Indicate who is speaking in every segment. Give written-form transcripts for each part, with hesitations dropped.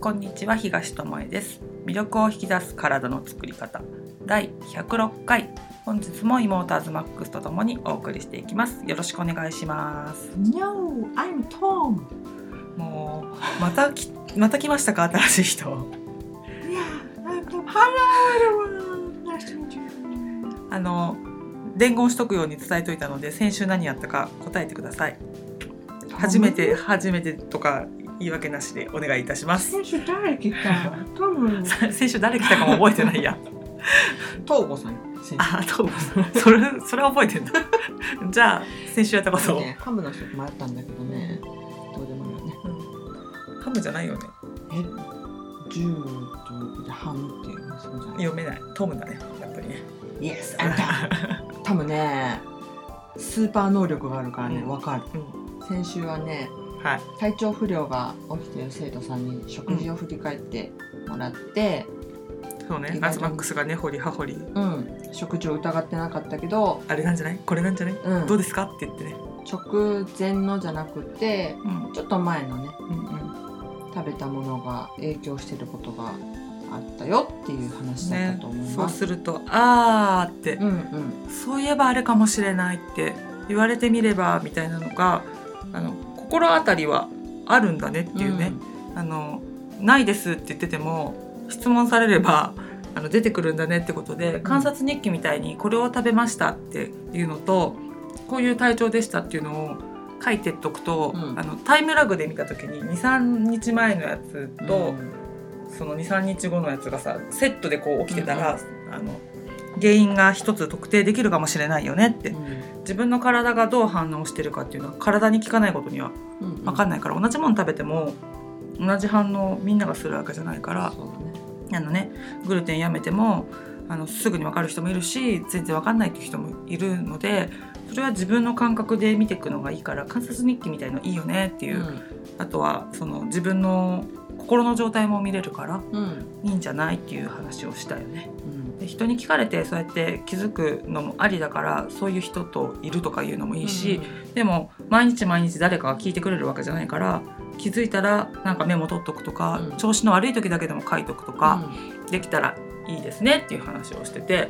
Speaker 1: こんにちは、東智恵です。魅力を引き出す体の作り方第106回、本日もイモーターズマックスとともにお送りしていきます。よろしくお願いします。
Speaker 2: No, I'm Tom.
Speaker 1: もうまた来ましたか、新しい人。
Speaker 2: Yeah, I'm Tom. Hello everyone. Nice to meet you.
Speaker 1: 伝言しとくように伝えといたので、先週何やったか答えてください。初めてとか言い訳なしでお願いいたします。
Speaker 2: 先週誰来た？トム。
Speaker 1: 先週誰来たかも覚えてないや。
Speaker 2: 東郷さん。
Speaker 1: 東郷さん。それは覚えてんだ。じゃあ先週やったことを。
Speaker 2: ハムの人迷ったんだけどね。どうでもいいよね。
Speaker 1: ハムじゃないよね。
Speaker 2: ジューとハムっていうのそうじゃない。
Speaker 1: 読めない。トムだね。やっぱりね。
Speaker 2: Yes, I'm Tom. トムね、スーパー能力があるからね、わかる。先週はね、
Speaker 1: はい、
Speaker 2: 体調不良が起きている生徒さんに食事を振り返ってもらって、
Speaker 1: そうね、アズマックスがね掘り葉掘り、
Speaker 2: 食事を疑ってなかったけど、
Speaker 1: あれなんじゃないこれなんじゃない、どうですかって言ってね、
Speaker 2: 直前のじゃなくて、ちょっと前のね、食べたものが影響してることがあったよっていう話だったと思います、
Speaker 1: そうするとあーって、そういえばあれかもしれないって言われてみればみたいなのが心当たりはあるんだねっていうね、ないですって言ってても質問されれば出てくるんだねってことで、観察日記みたいにこれを食べましたっていうのとこういう体調でしたっていうのを書いてっとくと、タイムラグで見た時に 2,3 日前のやつと、その 2,3 日後のやつがさセットでこう起きてたら、原因が一つ特定できるかもしれないよねって、自分の体がどう反応してるかっていうのは体に効かないことには分かんないから、同じもの食べても同じ反応みんながするわけじゃないから、グルテンやめてもすぐに分かる人もいるし全然分かんないっていう人もいるので、それは自分の感覚で見ていくのがいいから、観察日記みたいのいいよねっていう、あとはその自分の心の状態も見れるから、いいんじゃないっていう話をしたよね。で人に聞かれてそうやって気づくのもありだから、そういう人といるとかいうのもいいし、でも毎日誰かが聞いてくれるわけじゃないから、気づいたらなんかメモ取っとくとか、調子の悪い時だけでも書いとくとか、できたらいいですねっていう話をしてて、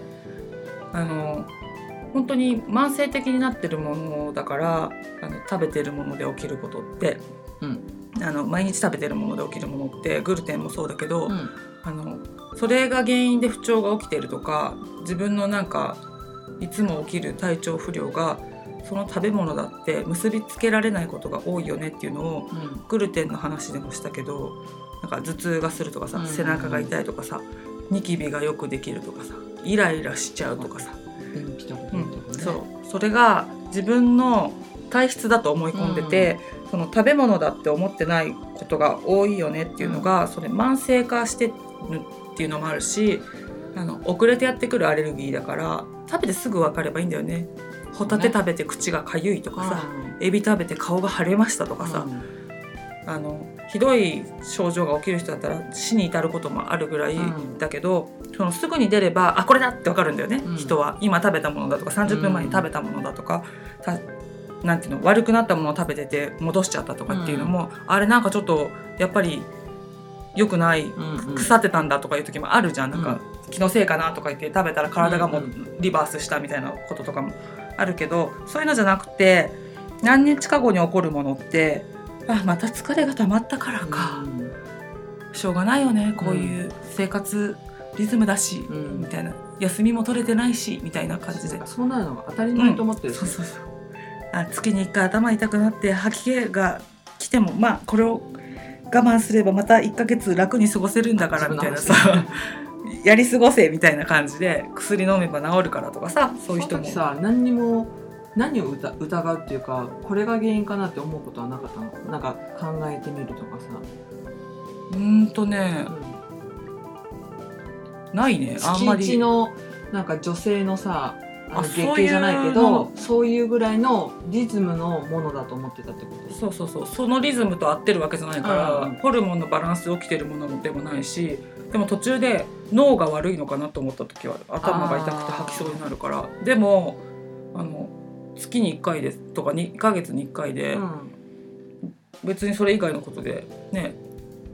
Speaker 1: 本当に慢性的になってるものだから、食べてるもので起きることって、毎日食べてるもので起きるものってグルテンもそうだけど、それが原因で不調が起きてるとか、自分のなんかいつも起きる体調不良がその食べ物だって結びつけられないことが多いよねっていうのを、グルテンの話でもしたけど、なんか頭痛がするとかさ、背中が痛いとかさ、ニキビがよくできるとかさ、イライラしちゃうとかさ、それが自分の体質だと思い込んでて、その食べ物だって思ってないことが多いよねっていうのが、それ慢性化してるっていうのもあるし、遅れてやってくるアレルギーだから、食べてすぐ分かればいいんだよね。ホタテ食べて口がかゆいとかさ、エビ食べて顔が腫れましたとかさ、ひどい症状が起きる人だったら死に至ることもあるぐらいだけど、そのすぐに出ればこれだって分かるんだよね、人は。今食べたものだとか30分前に食べたものだとか、なんていうの、悪くなったものを食べてて戻しちゃったとかっていうのも、あれなんかちょっとやっぱり良くない、腐ってたんだとかいう時もあるじゃん。なんか気のせいかなとか言って食べたら体がもうリバースしたみたいなこととかもあるけど、そういうのじゃなくて、何日か後に起こるものって、また疲れが溜まったからか、しょうがないよね、こういう生活リズムだし、みたいな、休みも取れてないしみたいな感じで、
Speaker 2: そうなるのが当たり前と思ってる、
Speaker 1: 月に1回頭痛くなって吐き気が来ても、これを我慢すればまた1ヶ月楽に過ごせるんだからみたいなさやり過ごせみたいな感じで、薬飲めば治るからとかさ、そういう人も
Speaker 2: さ、何を疑うっていうか、これが原因かなって思うことはなかったの？なんか考えてみるとかさ。
Speaker 1: ないね、あんまり。
Speaker 2: 月1のなんか女性のさ、月経じゃないけど、そういうぐらいのリズムのものだと思ってたってこと？
Speaker 1: そう、そのリズムと合ってるわけじゃないから、ホルモンのバランスで起きてるものでもないし、でも途中で脳が悪いのかなと思った時は頭が痛くて吐きそうになるから。でも月に1回ですとか2ヶ月に1回で、別にそれ以外のことでね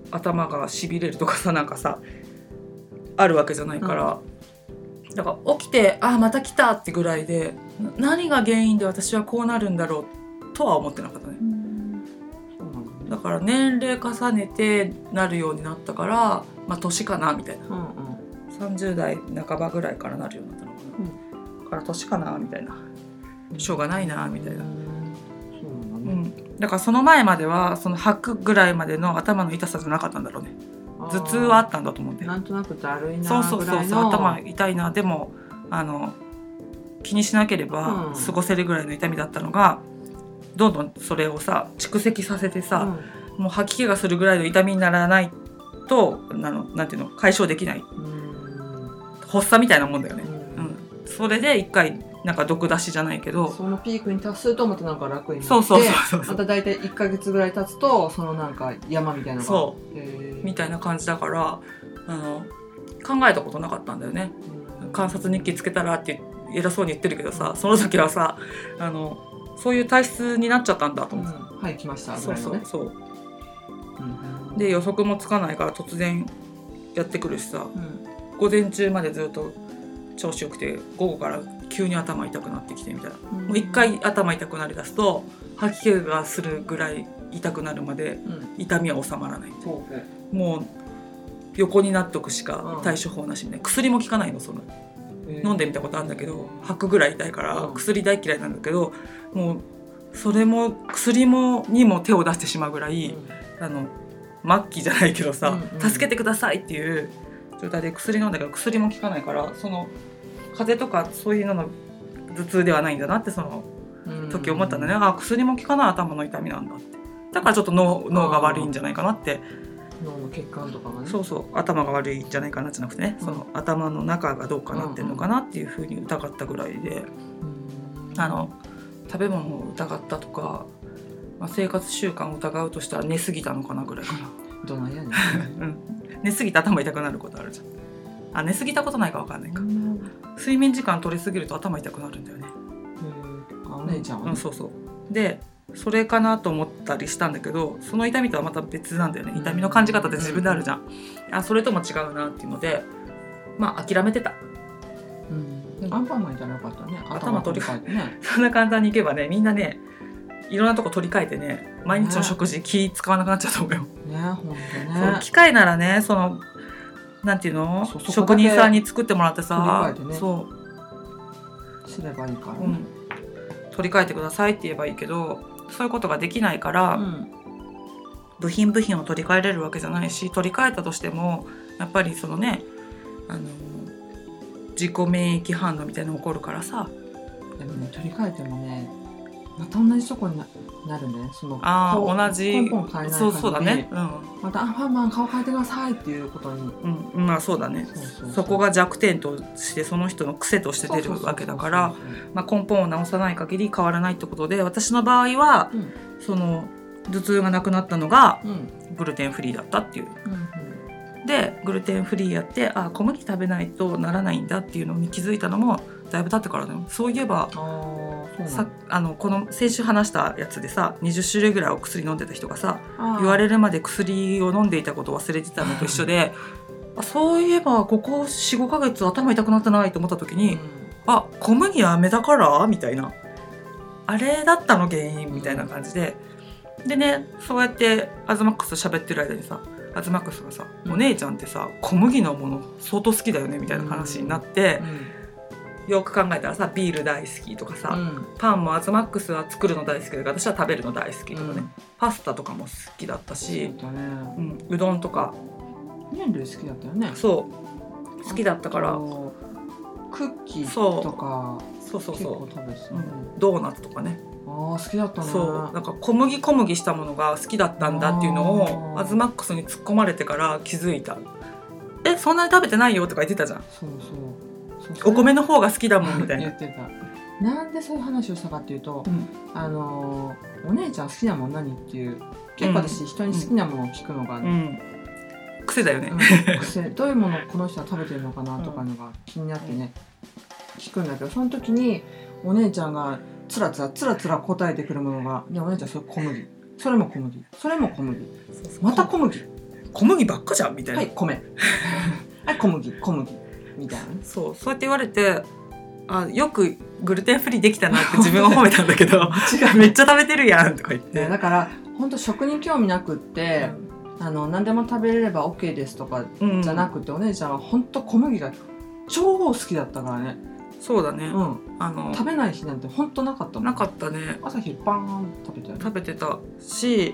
Speaker 1: 頭がしびれるとかさ、なんかさあるわけじゃないから、だから起きてまた来たってぐらいで、何が原因で私はこうなるんだろうとは思ってなかったね。だから年齢重ねてなるようになったから、年かなみたいな、30代半ばぐらいからなるようになったのかな、だから年かなみたいな、しょうがないなみたいな、だからその前まではその吐くぐらいまでの頭の痛さじゃなかったんだろうね。頭痛はあったんだと思うんだよ。
Speaker 2: なんとなくだるいなぐらいの。
Speaker 1: そう頭痛いな、でも気にしなければ過ごせるぐらいの痛みだったのが、どんどんそれをさ蓄積させてさ、もう吐き気がするぐらいの痛みにならないとなんていうの、解消できない、発作みたいなもんだよね。それで一回なんか毒出しじゃないけど、
Speaker 2: そのピークに達するとまたなんか楽になって、
Speaker 1: そう
Speaker 2: また大体1ヶ月ぐらい経つとそのなんか山みたいなのが
Speaker 1: みたいな感じだから、考えたことなかったんだよね。観察日記つけたらって偉そうに言ってるけどさ、その時はさそういう体質になっちゃったんだと思って、
Speaker 2: はい来ましたぐらいのね。
Speaker 1: そうで予測もつかないから突然やってくるしさ、午前中までずっと調子よくて、午後から急に頭痛くなってきてみたいな、もう一回頭痛くなりだすと吐き気がするぐらい痛くなるまで痛みは収まらない、もう横になっとくしか対処法なしみたいな、薬も効かないの。その飲んでみたことあるんだけど、吐くぐらい痛いから薬大嫌いなんだけど、もうそれも薬にも手を出してしまうぐらい、末期じゃないけどさ、助けてくださいっていう状態で薬飲んだけど薬も効かないから、その風邪とかそういうのの頭痛ではないんだなってその時思ったんだね。薬も効かない頭の痛みなんだって。だからちょっと脳が悪いんじゃないかなって。
Speaker 2: 脳の血管とかがね。
Speaker 1: 頭が悪いんじゃないかなじゃなくてね、その頭の中がどうかなってるのかなっていうふうに疑ったぐらいで、食べ物を疑ったとか、生活習慣を疑うとしたら寝すぎたのかなぐらいかな。
Speaker 2: どないやねん、
Speaker 1: 寝すぎて頭痛くなることあるじゃん。寝すぎたことないか分かんないか、睡眠時間取りすぎると頭痛くなるんだよね。
Speaker 2: お姉ちゃんはね。
Speaker 1: でそれかなと思ったりしたんだけど、その痛みとはまた別なんだよね。痛みの感じ方って自分であるじゃん。それとも違うなっていうので諦めてた。
Speaker 2: アンパンマンじゃなかったね。
Speaker 1: 頭取り替えてね。そんな簡単にいけばね、みんなねいろんなとこ取り替えてね、毎日の食事気使わなくなっちゃうと思うよ。
Speaker 2: 本当ね。
Speaker 1: 機械ならね、そのなんていうの、職人さんに作ってもらってさ、
Speaker 2: すればいいから、
Speaker 1: 取り替えてくださいって言えばいいけど、そういうことができないから、部品を取り替えれるわけじゃないし、取り替えたとしてもやっぱりそのね、自己免疫反応みたいなの起こるからさ。
Speaker 2: でもね、取り替えてもね、また同じとこになるんだよね。その
Speaker 1: 同じ
Speaker 2: 根本変えない限り、
Speaker 1: そうだね、
Speaker 2: またアンパンマン顔変えてくださいっていうことに、
Speaker 1: そうだね。そこが弱点としてその人の癖として出るわけだから、根本を直さない限り変わらないってことで、私の場合は、その頭痛がなくなったのがグルテンフリーだったっていう、でグルテンフリーやって小麦食べないとならないんだっていうのに気づいたのもだいぶ経ってからだよ。そういえばこの先週話したやつでさ、20種類ぐらいお薬飲んでた人がさ、言われるまで薬を飲んでいたことを忘れてたのと一緒でそういえばここ 4,5 ヶ月頭痛くなってないと思った時に、小麦やめたからみたいな、あれだったの原因みたいな感じで、でね、そうやってアズマックスと喋ってる間にさ、アズマックスがさ、お姉ちゃんってさ小麦のもの相当好きだよねみたいな話になって、よく考えたらさ、ビール大好きとかさ、パンもアズマックスは作るの大好きだけど私は食べるの大好きとかね、パスタとかも好きだったし、うどんとか
Speaker 2: 麺類好きだったよね。
Speaker 1: 好きだったから、
Speaker 2: クッキーとか
Speaker 1: 結構
Speaker 2: 食べてたね。
Speaker 1: ドーナツとかね。
Speaker 2: 好きだったね。
Speaker 1: なんか小麦したものが好きだったんだっていうのをアズマックスに突っ込まれてから気づいた。そんなに食べてないよとか言ってたじゃん。お米の方が好きだもんみたいな。
Speaker 2: 言ってた。なんでそういう話をしたかっていうと、お姉ちゃん好きなもん何っていう、結構私人に好きなものを聞くのが
Speaker 1: 癖だよね。
Speaker 2: どういうものをこの人は食べてるのかなとかのが気になってね、聞くんだけど、その時にお姉ちゃんがつらつら答えてくるものが、いやお姉ちゃんそれ小麦、それも小麦、それも小麦、また小麦、
Speaker 1: 小麦ばっかじゃんみたいな、
Speaker 2: はい米はい小麦みたいな、
Speaker 1: そうやって言われて、よくグルテンフリーできたなって自分を褒めたんだけどめっちゃ食べてるやんとか言って、
Speaker 2: だから本当食に興味なくって、何でも食べれれば OK ですとかじゃなくて、お姉ちゃんは本当小麦が超好きだったからね。
Speaker 1: そうだね、
Speaker 2: 食べない日なんて本当なかったもん。
Speaker 1: なかったね。
Speaker 2: 朝昼バーン食べて
Speaker 1: たし、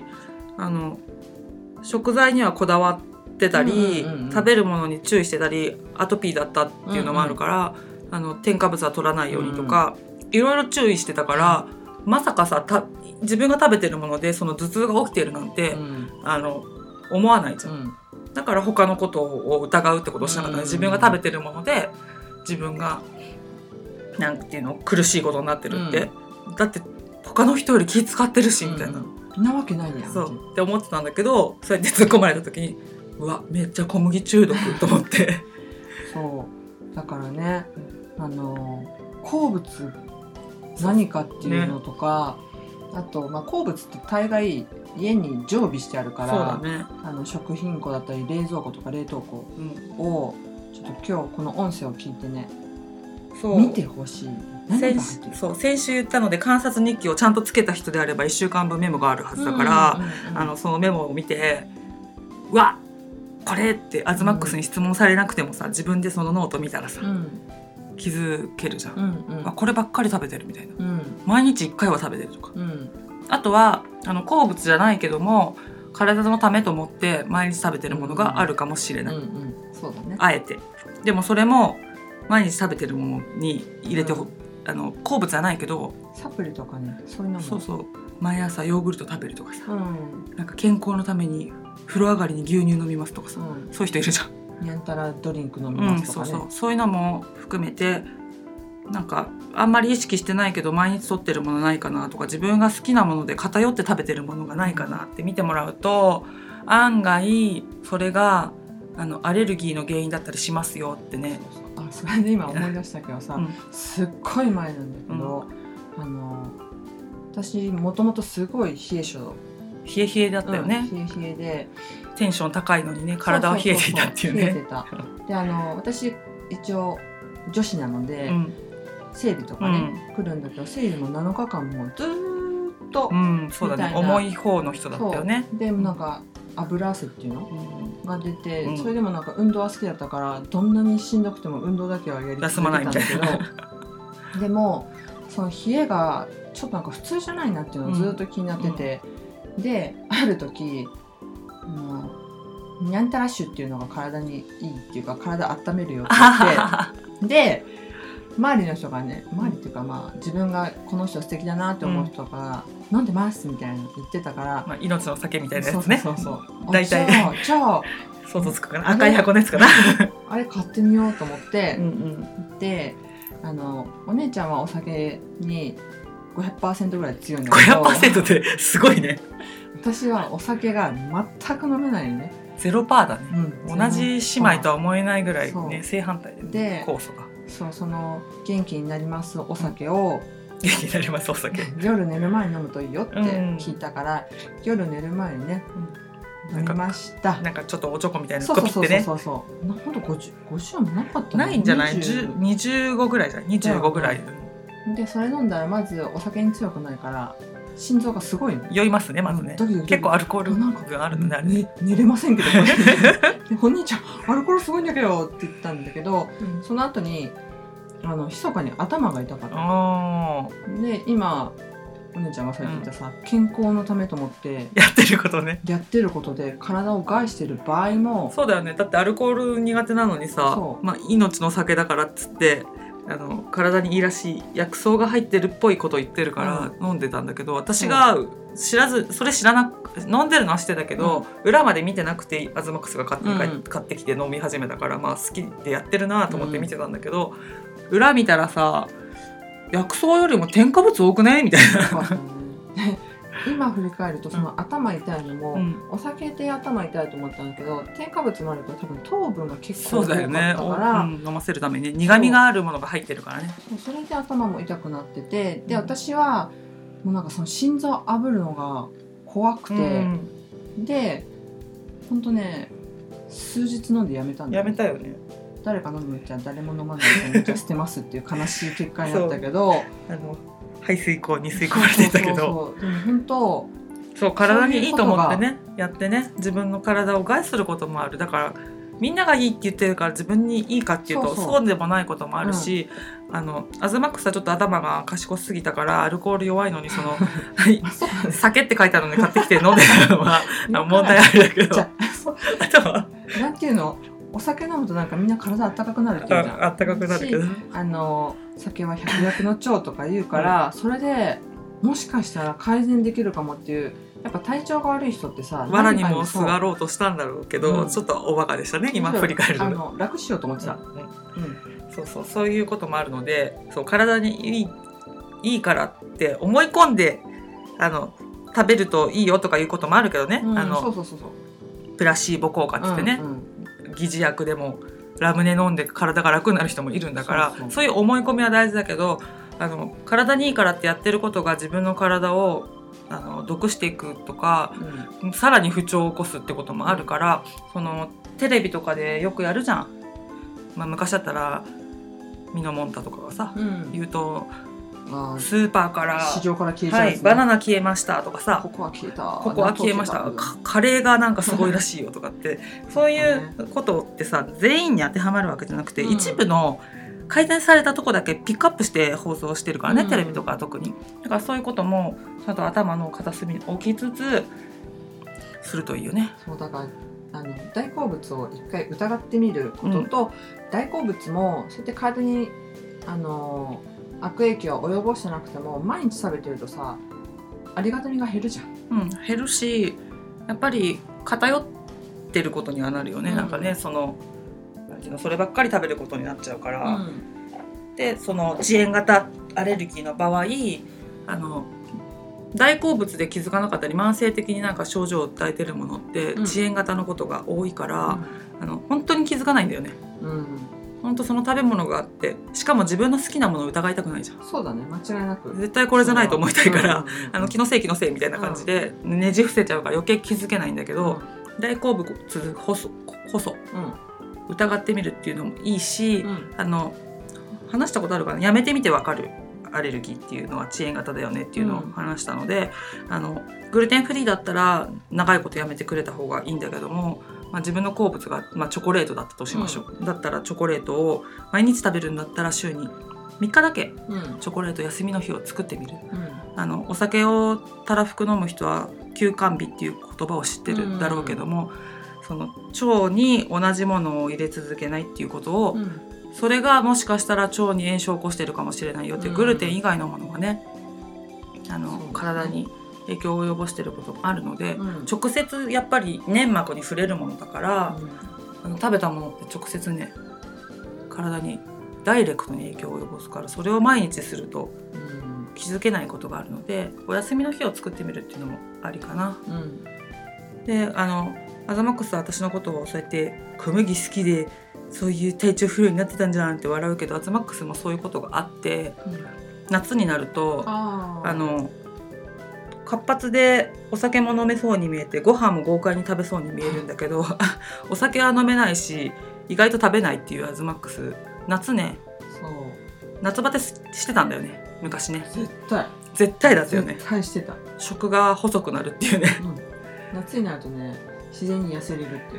Speaker 1: 食材にはこだわってたり、食べるものに注意してたり、アトピーだったっていうのもあるから、添加物は取らないようにとか、いろいろ注意してたから、まさかさ自分が食べてるものでその頭痛が起きてるなんて、思わないじゃん、だから他のことを疑うってことをしなかったね。自分が食べてるもので自分がなんていうの苦しいことになってるって、だって他の人より気使ってるしみたいな、
Speaker 2: なわけないやん
Speaker 1: そうって思ってたんだけど、そうやって突っ込まれた時にうわめっちゃ小麦中毒と思って
Speaker 2: そうだからね、鉱物何かっていうのとか、あと、鉱物って大概家に常備してあるから、
Speaker 1: そうだね、
Speaker 2: 食品庫だったり冷蔵庫とか冷凍庫を、ちょっと今日この音声を聞いてね、見てほしい。
Speaker 1: 先週言ったので、観察日記をちゃんとつけた人であれば1週間分メモがあるはずだから、そのメモを見て、うわこれってアズマックスに質問されなくてもさ、自分でそのノート見たらさ、気づけるじゃん、こればっかり食べてるみたいな、毎日1回は食べてるとか、あとは鉱物じゃないけども体のためと思って毎日食べてるものがあるかもしれない、
Speaker 2: そうだね、
Speaker 1: あえて。でもそれも毎日食べてるものに入れて、鉱物じゃないけど
Speaker 2: サプリとかね、そういうのも
Speaker 1: 毎朝ヨーグルト食べるとかさ、なんか健康のために風呂上がりに牛乳飲みますとかさ、そういう人いるじゃん。
Speaker 2: にゃんたらドリンク飲みますとかね、
Speaker 1: そういうのも含めて、なんかあんまり意識してないけど毎日摂ってるものないかなとか、自分が好きなもので偏って食べてるものがないかなって見てもらうと、案外それがアレルギーの原因だったりしますよってね。
Speaker 2: それで今思い出したけどさ、すっごい前なんだけど、私もともとすごい冷え性、
Speaker 1: 冷えだったよね、
Speaker 2: 冷えで
Speaker 1: テンション高いのにね、体は冷えていたっていうね。
Speaker 2: 冷えてた。で私一応女子なので、生理とかね、来るんだけど、生理も7日間もずーっと、
Speaker 1: そうだね、重い方の人だったよね。
Speaker 2: でなんか油汗っていうの、が出て、それでもなんか運動は好きだったから、どんなにしんどくても運動だけはやり続けてたんだけどでもその冷えがちょっとなんか普通じゃないなっていうのをずっと気になってて、である時ニャンタラッシュっていうのが体にいいっていうか、体温めるよって言ってで周りの人がね、周りっていうか自分がこの人素敵だなって思う人が、飲んでますみたいな言ってたから、
Speaker 1: 命の酒みたいなやつね。大体
Speaker 2: じゃあ
Speaker 1: 想像つくかな、赤い箱のやつかな
Speaker 2: あれ買ってみようと思ってで、お姉ちゃんはお酒に 500% ぐらい強いんだけど
Speaker 1: 500% ってすごいね。
Speaker 2: 私はお酒が全く飲めないよね。
Speaker 1: 0%だね、同じ姉妹とは思えないぐらいね、正反対で、酵素が
Speaker 2: その元気になりますお酒を、
Speaker 1: 元気になりますお酒
Speaker 2: 夜寝る前に飲むといいよって聞いたから、夜寝る前にね、飲みました。
Speaker 1: なんかちょっとおちょこみたいなコピってね、
Speaker 2: ほんと50もなかった
Speaker 1: ないんじゃない、25ぐらいじゃない、25ぐらい
Speaker 2: で、それ飲んだらまずお酒に強くないから心臓がすごい
Speaker 1: 酔いますね、まずね。結構アルコールがあるので、
Speaker 2: 寝れませんけどお兄ちゃんアルコールすごいんだけどって言ったんだけど、その後に密かに頭が痛かった。で今お姉ちゃんがさっき言ったさ、健康のためと思って
Speaker 1: やってること
Speaker 2: で体を害してる場合も。
Speaker 1: そうだよね。だってアルコール苦手なのにさ、命の酒だからっつって体にいいらしい薬草が入ってるっぽいこと言ってるから飲んでたんだけど、私が知らず、それ知らなく飲んでるのは知ってたけど、裏まで見てなくてアズマックスが買ってきて飲み始めたから、好きでやってるなと思って見てたんだけど、裏見たらさ、薬草よりも添加物多くないみたいな
Speaker 2: 今振り返るとその頭痛いのも、お酒で頭痛いと思ったんだけど、添加物もあると多分糖分が結構多かったから、
Speaker 1: 飲ませるために苦味があるものが入ってるからね。
Speaker 2: それで頭も痛くなってて、で私はもうなんかその心臓を炙るのが怖くて、でほんとね数日飲んでやめたんだ
Speaker 1: よ。やめたよね。
Speaker 2: 誰か飲むじゃ誰も飲まないとめっちゃ捨てますっていう悲しい結果になったけど
Speaker 1: 排水口に吸い込まれてたけど、
Speaker 2: そうでも本当
Speaker 1: そう体にいいと思ってねやってね、自分の体を害することもある。だからみんながいいって言ってるから自分にいいかっていうとそうでもないこともあるし、アズマックスはちょっと頭が賢すぎたからアルコール弱いのに酒って書いてあるのに買ってきて飲んでるのは問題あるだけど、あとは
Speaker 2: なんていうの、お酒飲むとなんかみんな体あったかくなるっていうじゃん。
Speaker 1: あったかくなるけど、
Speaker 2: 酒は百薬の長とか言うから、それでもしかしたら改善できるかもっていう。やっぱ体調が悪い人ってさ、
Speaker 1: 藁にもすがろうとしたんだろうけど、ちょっとおバカでしたね今振り返ると。
Speaker 2: 楽しようと思ってた、
Speaker 1: そういうこともあるので、そう体にいいからって思い込んで食べるといいよとかいうこともあるけどね、プラシーボ効果っつってね、疑似薬でもラムネ飲んで体が楽になる人もいるんだから、そういう思い込みは大事だけど、体にいいからってやってることが自分の体を毒していくとか、さらに不調を起こすってこともあるから、テレビとかでよくやるじゃん、昔だったらミノモンタとかがさ、言うとスーパーから
Speaker 2: 市場から消えちゃう、
Speaker 1: バナナ消えましたとかさ、
Speaker 2: ここは消
Speaker 1: えました、カレーがなんかすごいらしいよとかってそういうことってさ全員に当てはまるわけじゃなくて、一部の改善されたとこだけピックアップして放送してるからね、テレビとかは特に。だからそういうこともちゃんと頭の片隅に置きつつするといいよね。
Speaker 2: そうだから大好物を一回疑ってみることと、大好物もそうやって体に悪影響を及ぼしてなくても毎日食べてるとさ、ありがたみが減るじゃん。
Speaker 1: 減るし、やっぱり偏ってることにはなるよね、なんかね、そればっかり食べることになっちゃうから、で遅延型アレルギーの場合大好物で気づかなかったり慢性的になんか症状を訴えてるものって遅延型のことが多いから、本当に気づかないんだよね。本当その食べ物があって、しかも自分の好きなものを疑いたくないじゃん。
Speaker 2: そうだね、間違いなく
Speaker 1: 絶対これじゃないと思いたいから、気のせいみたいな感じでねじ伏せちゃうから余計気づけないんだけど、大好物こそ疑ってみるっていうのもいいし、話したことあるかな、やめてみてわかるアレルギーっていうのは遅延型だよねっていうのを話したので、グルテンフリーだったら長いことやめてくれた方がいいんだけども、自分の好物が、チョコレートだったとしましょう、だったらチョコレートを毎日食べるんだったら週に3日だけチョコレート休みの日を作ってみる、お酒をたらふく飲む人は休肝日っていう言葉を知ってるだろうけども、腸に同じものを入れ続けないっていうことを、それがもしかしたら腸に炎症を起こしてるかもしれないよっていう、グルテン以外のものがね体に影響を及ぼしてることもあるので、直接やっぱり粘膜に触れるものだから、食べたものって直接ね体にダイレクトに影響を及ぼすから、それを毎日すると気づけないことがあるので、お休みの日を作ってみるっていうのもありかな。でアザマックスは私のことをそうやって小麦好きでそういう体調不良になってたんじゃんって笑うけど、アザマックスもそういうことがあって、夏になると活発でお酒も飲めそうに見えてご飯も豪快に食べそうに見えるんだけどお酒は飲めないし意外と食べないっていうアズマックス、夏ね、夏バテしてたんだよね昔ね。絶対だったよね。
Speaker 2: 絶対してた。
Speaker 1: 食が細くなるっていうね、
Speaker 2: 夏になるとね自然に痩せれるっていう。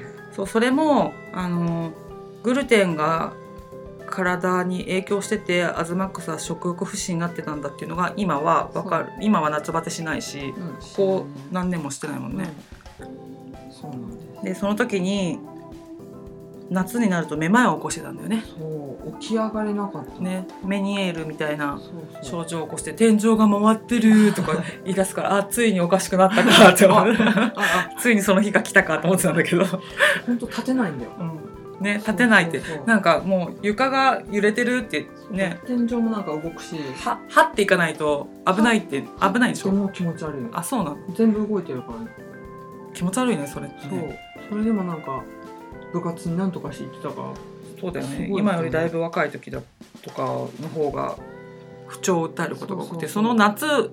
Speaker 1: それもグルテンが体に影響しててアズマックスは食欲不振になってたんだっていうのが今は分かる。今は夏バテしないし、こう何年もしてないもんね。
Speaker 2: そうなんです。
Speaker 1: でその時に夏になるとめまいを起こしてたんだよね。
Speaker 2: 起き上がれなかった
Speaker 1: ね。メニエールみたいな症状を起こして天井が回ってるとか言い出すからついにおかしくなったかって思うついにその日が来たかと思ってたんだけど
Speaker 2: 本当立てないんだよ、
Speaker 1: ね、立てないってなんかもう床が揺れてるってね、
Speaker 2: 天井もなんか動くし
Speaker 1: はっていかないと危ないって危ないでしょ。
Speaker 2: でも気持ち悪い。
Speaker 1: あ、そうなの。
Speaker 2: 全部動いてるからね。
Speaker 1: 気持ち悪いねそれってね。
Speaker 2: それでもなんか部活になんとかしていってたから。
Speaker 1: そうだよね。今よりだいぶ若い時だとかの方が不調を訴えることが多くて、その夏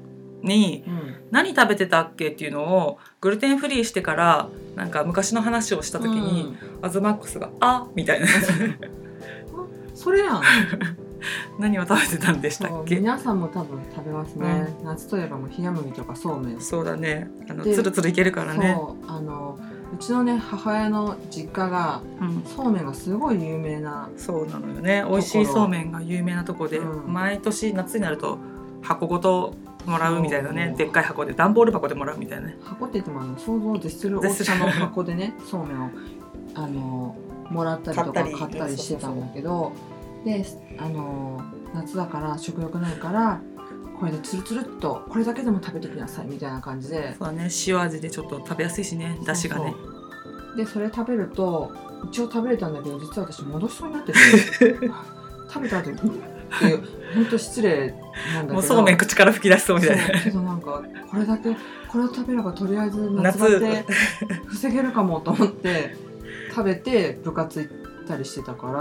Speaker 1: に何食べてたっけっていうのをグルテンフリーしてからなんか昔の話をした時に、アズマックスが「あ」みたいな
Speaker 2: それやん
Speaker 1: 何を食べてたんでしたっけ。
Speaker 2: 皆さんも多分食べますね、夏といえばもう冷麦とかそうめん。
Speaker 1: そうだね、つるつるいけるからね。
Speaker 2: うちのね母親の実家が、そうめんがすごい有名な。
Speaker 1: そうなのよね、美味しいそうめんが有名なとこで、毎年夏になると箱ごともらうみたいなね、でっかい箱で段ボール箱でもらうみたいなね。
Speaker 2: 箱って言っても想像を絶する大きさの箱でねそうめんをもらったりとか買ったりしてたんだけど、で夏だから食欲ないからこれでつるつるっとこれだけでも食べてきなさいみたいな感じで。
Speaker 1: そうだね、塩味でちょっと食べやすいしね、出汁がね。
Speaker 2: でそれ食べると一応食べれたんだけど、実は私戻しそうになってて食べた後にって本当失礼なんだけど、
Speaker 1: もうそうめん口から吹き出しそうみたいな。
Speaker 2: けどなんかこれを食べればとりあえず夏バテ防げるかもと思って食べて部活行ったりしてたから。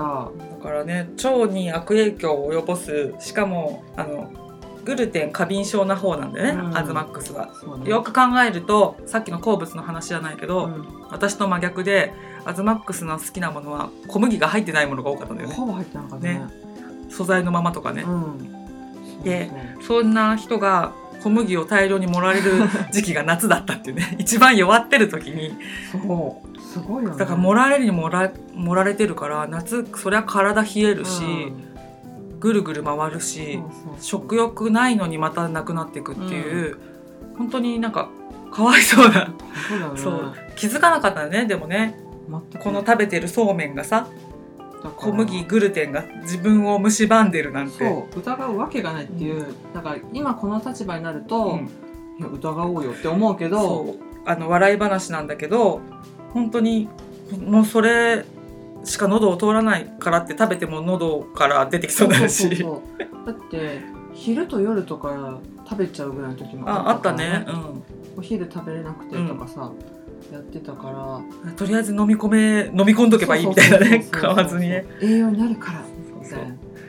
Speaker 1: だからね、腸に悪影響を及ぼす、しかもグルテン過敏症な方なんだよね、アズマックスは、ね、よく考えるとさっきの鉱物の話じゃないけど、私と真逆でアズマックスの好きなものは小麦が入ってないものが多かったんだよね。
Speaker 2: ほぼ入ってなかったね。
Speaker 1: 素材のままとかね、でそんな人が小麦を大量に盛られる時期が夏だったっていうね一番弱ってる時に。
Speaker 2: そうすごいよね。
Speaker 1: だから盛られるに盛られてるから夏そりゃ体冷えるし、ぐるぐる回るし、食欲ないのにまたなくなっていくっていう、本当になんかかわいそうな、そう気づかなかったね。でもね、この食べてるそうめんがさ、小麦グルテンが自分を蝕んでるなんて、
Speaker 2: そう疑うわけがないっていう、だから今この立場になると、いや疑おうよって思うけど、
Speaker 1: そう笑い話なんだけど、本当にもうそれしか喉を通らないからって食べても喉から出てきそうだし、
Speaker 2: だって昼と夜とか食べちゃうぐらいの時も
Speaker 1: あったね。
Speaker 2: お昼食べれなくてとかさ、やってたから、
Speaker 1: とりあえず飲み込んどけばいいみたいなね、買わずにね、
Speaker 2: 栄養になるからみたいな。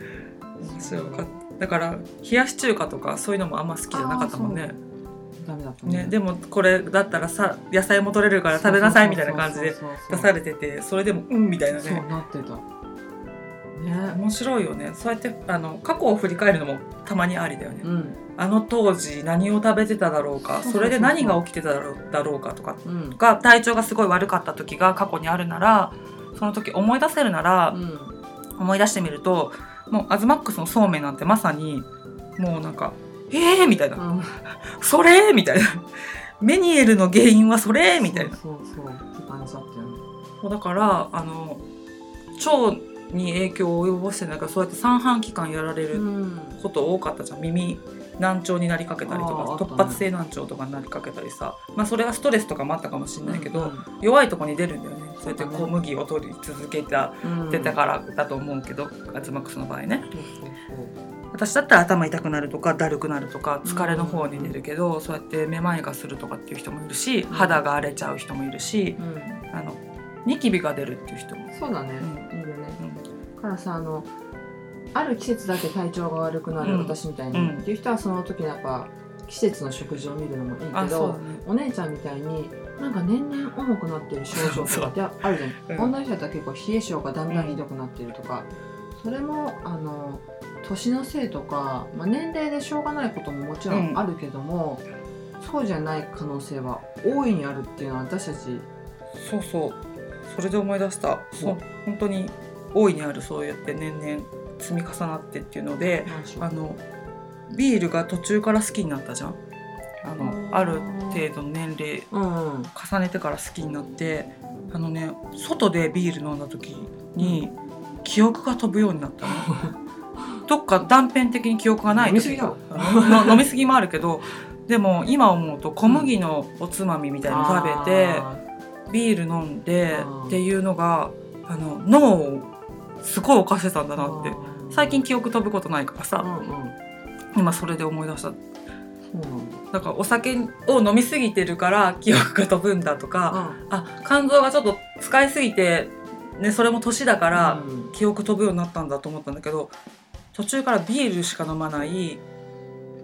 Speaker 1: だから冷やし中華とかそういうのもあんま好きじゃなかったもんね。
Speaker 2: ダメだったね。
Speaker 1: でもこれだったらさ野菜も取れるから食べなさいみたいな感じで出されてて、それでもみたいなね。
Speaker 2: そうなってた
Speaker 1: ね、面白いよね。そうやって過去を振り返るのもたまにありだよね、当時何を食べてただろうか、それで何が起きてただろうかとか、体調がすごい悪かった時が過去にあるなら、その時思い出せるなら、思い出してみると、もうアズマックスのそうめんなんてまさにもうなんかみたいな、それみたいな、メニエルの原因はそれみたいな。
Speaker 2: そうって感じだったよね。
Speaker 1: だから腸に影響を及ぼしてなんかそうやって三半規管やられること多かったじゃん。耳難聴になりかけたりとか、突発性難聴とかになりかけたりさ、それはストレスとかもあったかもしれないけど、弱いとこに出るんだよね。そうやって小麦を取り続けてたからだと思うけど、アズマックスの場合ね。私だったら頭痛くなるとかだるくなるとか疲れの方に出るけど、そうやってめまいがするとかっていう人もいるし、肌が荒れちゃう人もいるし、ニキビが出るっていう人も。
Speaker 2: そうだね、いいよね。からさ、ある季節だけ体調が悪くなる、私みたいに、っていう人はその時にやっぱ季節の食事を見るのもいいけど、お姉ちゃんみたいになんか年々重くなってる症状とかってあるじゃん。女の人だったら結構冷え性がだんだんひどくなってるとか、それも年のせいとか、年齢でしょうがないことももちろんあるけども、そうじゃない可能性は大いにあるっていうのは私たち。
Speaker 1: それで思い出した。本当に大いにある、そうやって年々積み重なってっていうので、ビールが途中から好きになったじゃん。ある程度の年齢重ねてから好きになって、外でビール飲んだ時に記憶が飛ぶようになったの。どっか断片的に記憶がない時が飲みすぎもあるけど、でも今思うと小麦のおつまみみたいなの食べて、ビール飲んでっていうのが脳をすごい犯してたんだなって。最近記憶飛ぶことないからさ、今それで思い出した。だからお酒を飲みすぎてるから記憶が飛ぶんだとか、肝臓がちょっと使いすぎて、それも年だから記憶飛ぶようになったんだと思ったんだけど、途中からビールしか飲まない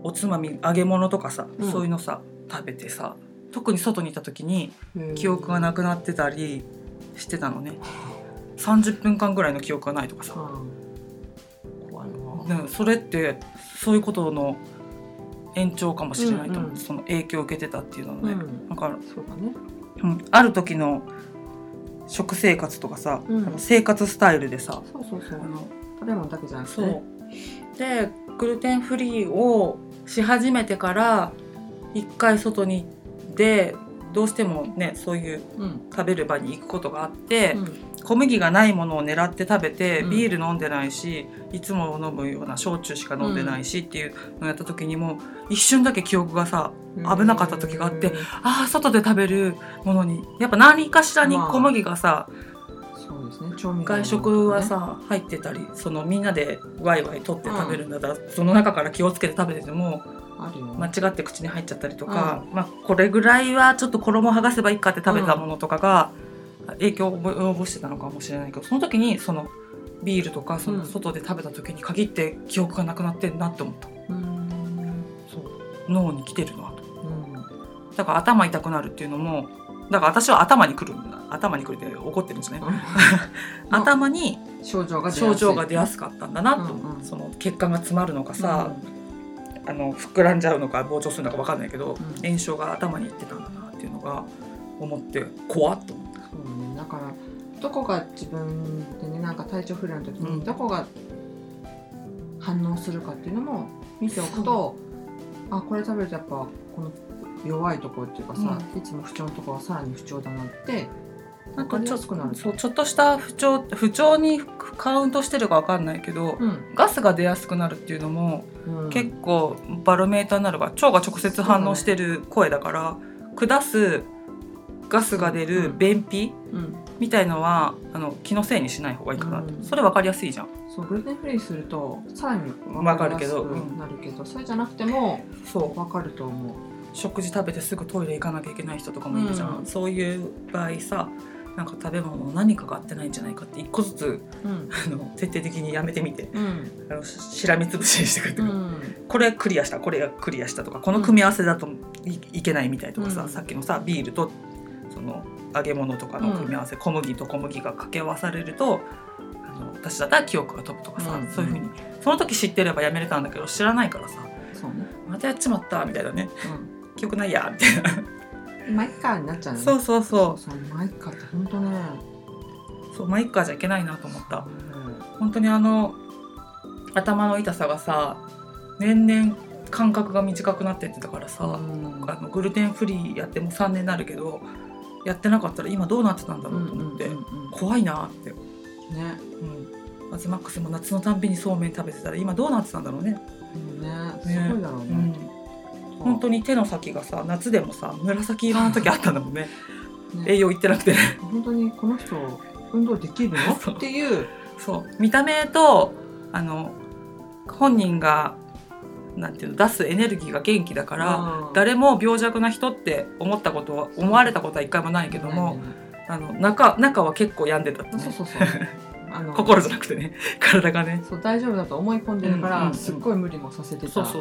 Speaker 1: おつまみ揚げ物とかさ、そういうのさ食べてさ、特に外にいた時に記憶がなくなってたりしてたのね。30分間ぐらいの記憶がないとかさ、怖いな。それってそういうことの延長かもしれないと思う、その影響を受けてたっていうのね、だからそうだね、ある時の食生活とかさ、生活スタイルでさ、
Speaker 2: 食べ物だけじゃなくて、ね、
Speaker 1: でグルテンフリーをし始めてから一回外に行ってどうしてもねそういう食べる場に行くことがあって、小麦がないものを狙って食べて、ビール飲んでないしいつも飲むような焼酎しか飲んでないしっていうのをやった時にも一瞬だけ記憶がさ危なかった時があって、外で食べるものにやっぱ何かしらに小麦がさ、
Speaker 2: そうですね、調味料
Speaker 1: 外食はさ入ってたり、そのみんなでワイワイ取って食べるんだったら、その中から気をつけて食べてても間違って口に入っちゃったりとか、これぐらいはちょっと衣剥がせばいいかって食べたものとかが影響を及ぼしてたのかもしれないけど、その時にそのビールとかその外で食べた時に限って記憶がなくなってんなって思った。そう脳に来てるなと、だから頭痛くなるっていうのも、だから私は頭に来るって怒ってるんですね、頭に症状が出やすかったんだなと、その血管が詰まるのかさ、膨らんじゃうのか膨張するのか分かんないけど、炎症が頭にいってたんだなっていうのが思って怖っと思った。
Speaker 2: そうね、だからどこが自分でね、なんか体調不良の時にどこが反応するかっていうのも見ておくと、これ食べるとやっぱこの弱いところっていうかさ、いつも不調のところはさらに不調だなって分かりやすくなる。
Speaker 1: ちょっとした不調にカウントしてるか分かんないけど、ガスが出やすくなるっていうのも、結構バロメーターになるから、腸が直接反応してる声だから、下すガスが出る便秘、みたいのは気のせいにしない方がいいかな、それ分かりやすいじゃん。
Speaker 2: そう、グルテンフリーするとさらに分かりやすくなるけど、それじゃなくても分かると思う。
Speaker 1: 食事食べてすぐトイレ行かなきゃいけない人とかもいるじゃん、そういう場合さ、なんか食べ物の何かが合ってないんじゃないかって一個ずつ、徹底的にやめてみて、しらみつぶしにしてくれて、これクリアした、これがクリアしたとか、この組み合わせだと いけないみたいとかさ、さっきのさビールとその揚げ物とかの組み合わせ、小麦と小麦が掛け合わされると私だったら記憶が飛ぶとかさ、そういう風にその時知ってればやめれたんだけど、知らないからさ、またやっちまったみたいなね、記憶ないやみたいな
Speaker 2: マイカーになっちゃうね。
Speaker 1: そう
Speaker 2: マイカーって本当ね、
Speaker 1: マイカーじゃいけないなと思った、本当に頭の痛さがさ年々間隔が短くなってってたからさ、グルテンフリーやっても3年になるけど、やってなかったら今どうなってたんだろうと思って、怖いなってね、アズマックスも夏のたんびにそうめん食べてたら今どうなってたんだろうね。
Speaker 2: すごいだろうね。
Speaker 1: 本当に手の先がさ夏でもさ紫色の時あったんだもんね栄養いってなくて
Speaker 2: 本当にこの人運動できるのっていう、
Speaker 1: 見た目と本人がなんていうの出すエネルギーが元気だから、誰も病弱な人って思われたことは一回もないけども、中は結構病んでたってね。心じゃなくてね、体がね、
Speaker 2: 大丈夫だと思い込んでるから、すっごい無理もさせてたしね。そう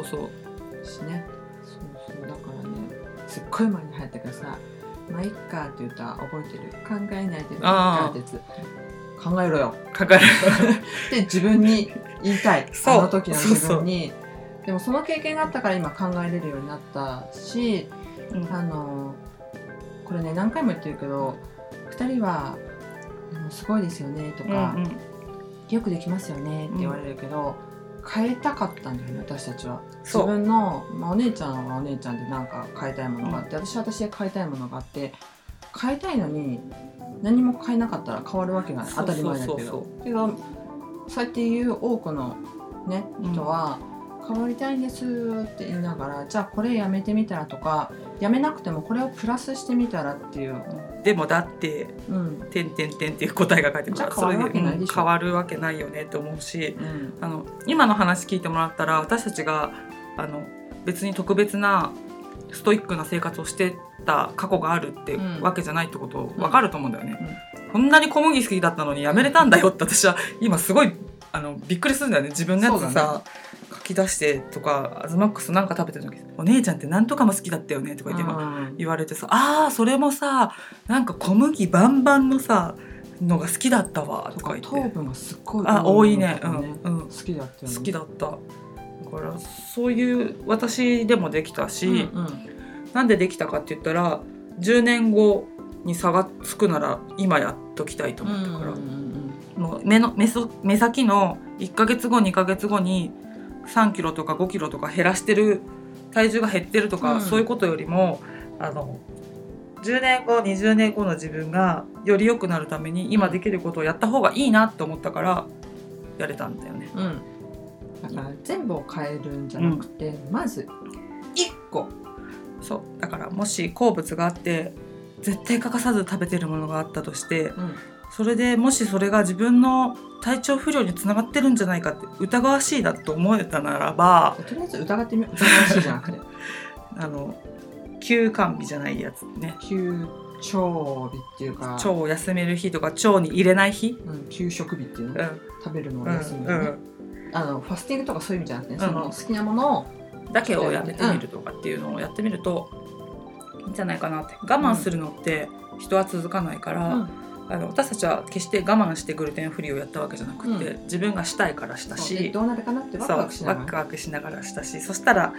Speaker 2: だからね、すっごい前に流行ったけどさ、マイッカーって言ったら覚えてる？考えないでマイッカーってやつ。考えろよって自分に言いたい。あの時の自分に。でもその経験があったから今考えれるようになったし、これね何回も言ってるけど、2人はすごいですよねとか、よくできますよねって言われるけど、変えたかったんだよね、私たちは。自分の、お姉ちゃんはお姉ちゃんで何か変えたいものがあって、私は私で変えたいものがあって、変えたいのに何も変えなかったら変わるわけがない。当たり前だけど。そうやっていう多くのね人は、変わりたいんですって言いながら、じゃあこれやめてみたらとか、やめなくてもこれをプラスしてみたらっていう。
Speaker 1: でもだっててんてんてんっていう答えが書いてるから、それで変わるわけないよねって思うし、今の話聞いてもらったら、私たちが別に特別なストイックな生活をしてた過去があるってわけじゃないってこと分かると思うんだよね。こんなに小麦好きだったのにやめれたんだよって私は今すごいびっくりするんだよね。自分のやつさ、掛き出してとか、アズマックスなんか食べてる時お姉ちゃんってなんとかも好きだったよねとか言われてさ、あーそれもさなんか小麦バンバンのさのが好きだったわとか言って、
Speaker 2: 糖分がすっごい
Speaker 1: 多いね、
Speaker 2: 好きだったよね。
Speaker 1: 好きだった。だからそういう私でもできたし、なんでできたかって言ったら10年後に差がつくなら今やっときたいと思ったから、もう目先の1ヶ月後2ヶ月後に3キロとか5キロとか減らしてる、体重が減ってるとか、そういうことよりも10年後20年後の自分がより良くなるために今できることをやった方がいいなって思ったからやれたんだよね。
Speaker 2: だから全部を変えるんじゃなくて、まず1個。
Speaker 1: そうだからもし好物があって絶対欠かさず食べてるものがあったとして、それでもしそれが自分の体調不良につながってるんじゃないかって疑わしいなと思えたならば、
Speaker 2: とりあえず疑ってみよう。疑わしいじゃなくて
Speaker 1: 休肝日じゃないやつね、
Speaker 2: 休腸日っていうか
Speaker 1: 腸を休める日とか腸に入れない日、
Speaker 2: 休食日っていうの、食べるのを休むよね、ファスティングとかそういう意味じゃなくて、その好きなものを
Speaker 1: だけをやめてみるとかっていうのをやってみるといいんじゃないかなって。我慢するのって人は続かないから、私たちは決して我慢してグルテンフリーをやったわけじゃなくて、自分がしたいからしたし、
Speaker 2: どうなるかなってワクワクしながら、
Speaker 1: ワクワクしながらしたし、そしたら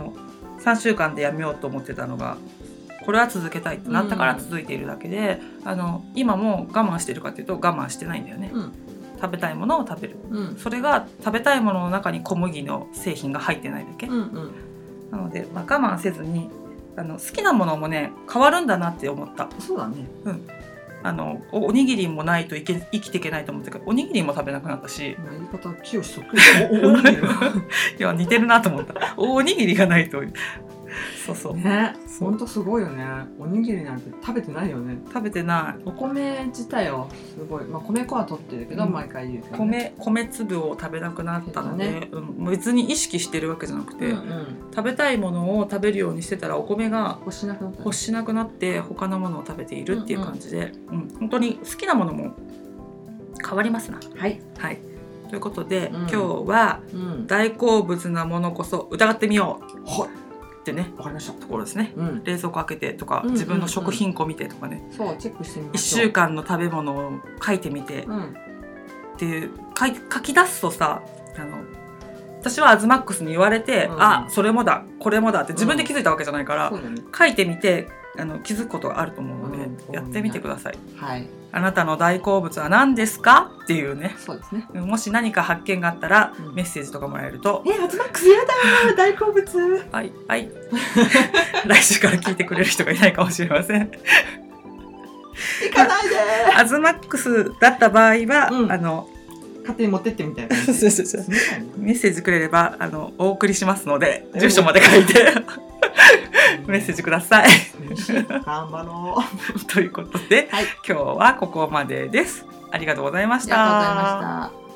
Speaker 1: 3週間でやめようと思ってたのがこれは続けたいってなったから続いているだけで、今も我慢してるかっていうと我慢してないんだよね、食べたいものを食べる、それが食べたいものの中に小麦の製品が入ってないだけ、なので、我慢せずに好きなものもね変わるんだなって思った。
Speaker 2: そうだね、
Speaker 1: おにぎりもないと生きていけないと思ったけど、おにぎりも食べなくなったし、
Speaker 2: 言い方清そっくりおにぎりい
Speaker 1: や似てるなと思った。おにぎりがないとそう
Speaker 2: ね、ほんとすごいよね。おにぎりなんて食べてないよね。
Speaker 1: 食べてない。
Speaker 2: お米自体をすごい、米粉は取ってるけど、毎回言うけど、ね、
Speaker 1: 米粒を食べなくなったので、別に意識してるわけじゃなくて、食べたいものを食べるようにしてたらお米が欲しなくなって他のものを食べているっていう感じで、本当に好きなものも変わりますな。はい、ということで、今日は、大好物なものこそ疑ってみよう。ってね、
Speaker 2: わかりました。
Speaker 1: ところですね、冷蔵庫開けてとか、自分の食品庫見てとかね、
Speaker 2: そうチェックしてみましょ
Speaker 1: う。1週間の食べ物を書いてみて、っていう書き出すとさ、私はアズマックスに言われて、それもだこれもだって自分で気づいたわけじゃないから、書いてみて気づくことがあると思うので、やってみてください。あなたの大好物は何ですかっていうね。
Speaker 2: そうですね。
Speaker 1: もし何か発見があったら、メッセージとかもらえると、
Speaker 2: アズマックスやだー大好物
Speaker 1: はい来週から聞いてくれる人がいないかもしれません。
Speaker 2: 行かないで
Speaker 1: アズマックスだった場合は、
Speaker 2: 勝手に持ってってみたいな。メ
Speaker 1: ッセージくれればお送りしますので、住所まで書いてメッセージください。
Speaker 2: 頑張ろう
Speaker 1: ということで、今日はここまでです。ありがとうございました。
Speaker 2: ありがとうございました。